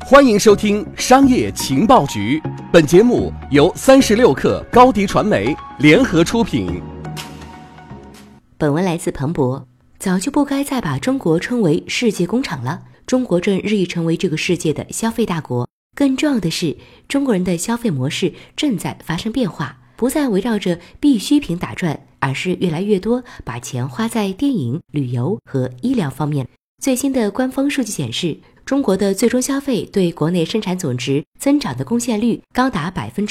欢迎收听《商业情报局》，本节目由36克高迪传媒联合出品。 本文来自彭博。早就不该再把中国称为世界工厂了，中国正日益成为这个世界的消费大国。更重要的是，中国人的消费模式正在发生变化，不再围绕着必需品打转，而是越来越多把钱花在电影、旅游和医疗方面。最新的官方数据显示，中国的最终消费对国内生产总值增长的贡献率高达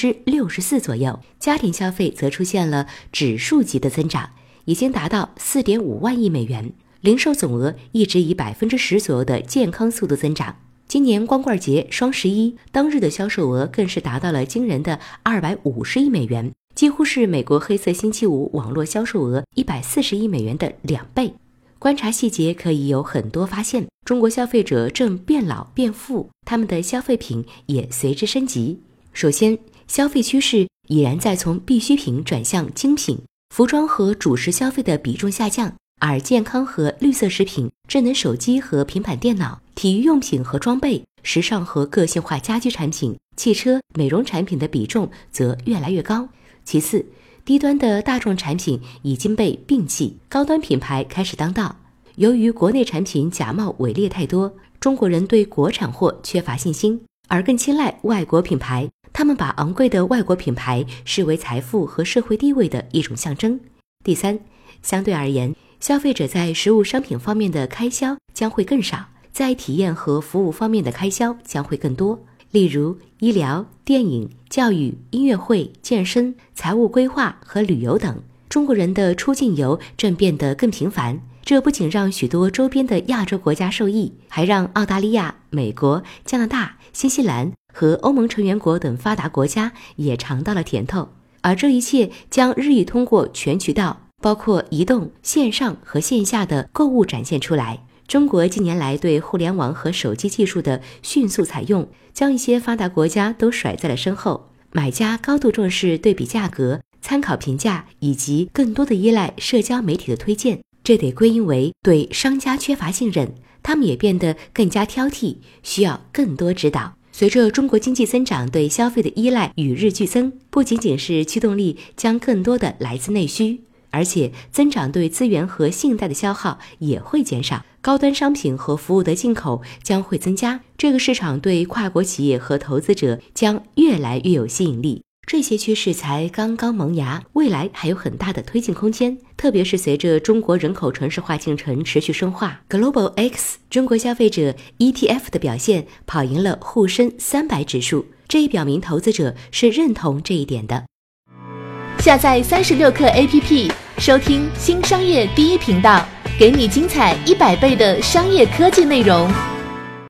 64% 左右，家庭消费则出现了指数级的增长，已经达到 4.5 万亿美元，零售总额一直以 10% 左右的健康速度增长。今年光棍节、双11当日的销售额更是达到了惊人的250亿美元，几乎是美国黑色星期五网络销售额140亿美元的2倍。观察细节可以有很多发现，中国消费者正变老变富，他们的消费品也随之升级。首先，消费趋势已然在从必需品转向精品，服装和主食消费的比重下降，而健康和绿色食品、智能手机和平板电脑、体育用品和装备、时尚和个性化家居产品、汽车、美容产品的比重则越来越高。其次，低端的大众产品已经被摒弃，高端品牌开始当道。由于国内产品假冒伪劣太多，中国人对国产货缺乏信心，而更青睐外国品牌。他们把昂贵的外国品牌视为财富和社会地位的一种象征。第三，相对而言，消费者在实物商品方面的开销将会更少，在体验和服务方面的开销将会更多，例如医疗、电影、教育、音乐会、健身、财务规划和旅游等。中国人的出境游正变得更频繁，这不仅让许多周边的亚洲国家受益，还让澳大利亚、美国、加拿大、新西兰和欧盟成员国等发达国家也尝到了甜头。而这一切将日益通过全渠道，包括移动、线上和线下的购物展现出来。中国近年来对互联网和手机技术的迅速采用，将一些发达国家都甩在了身后。买家高度重视对比价格、参考评价，以及更多的依赖社交媒体的推荐，这得归因为对商家缺乏信任，他们也变得更加挑剔，需要更多指导。随着中国经济增长对消费的依赖与日俱增，不仅仅是驱动力将更多的来自内需，而且增长对资源和信贷的消耗也会减少，高端商品和服务的进口将会增加，这个市场对跨国企业和投资者将越来越有吸引力。这些趋势才刚刚萌芽，未来还有很大的推进空间，特别是随着中国人口城市化进程持续深化。Global X 中国消费者 ETF 的表现跑赢了沪深300指数，这也表明投资者是认同这一点的。 下载36克 APP， 收听新商业第一频道，给你精彩100倍的商业科技内容。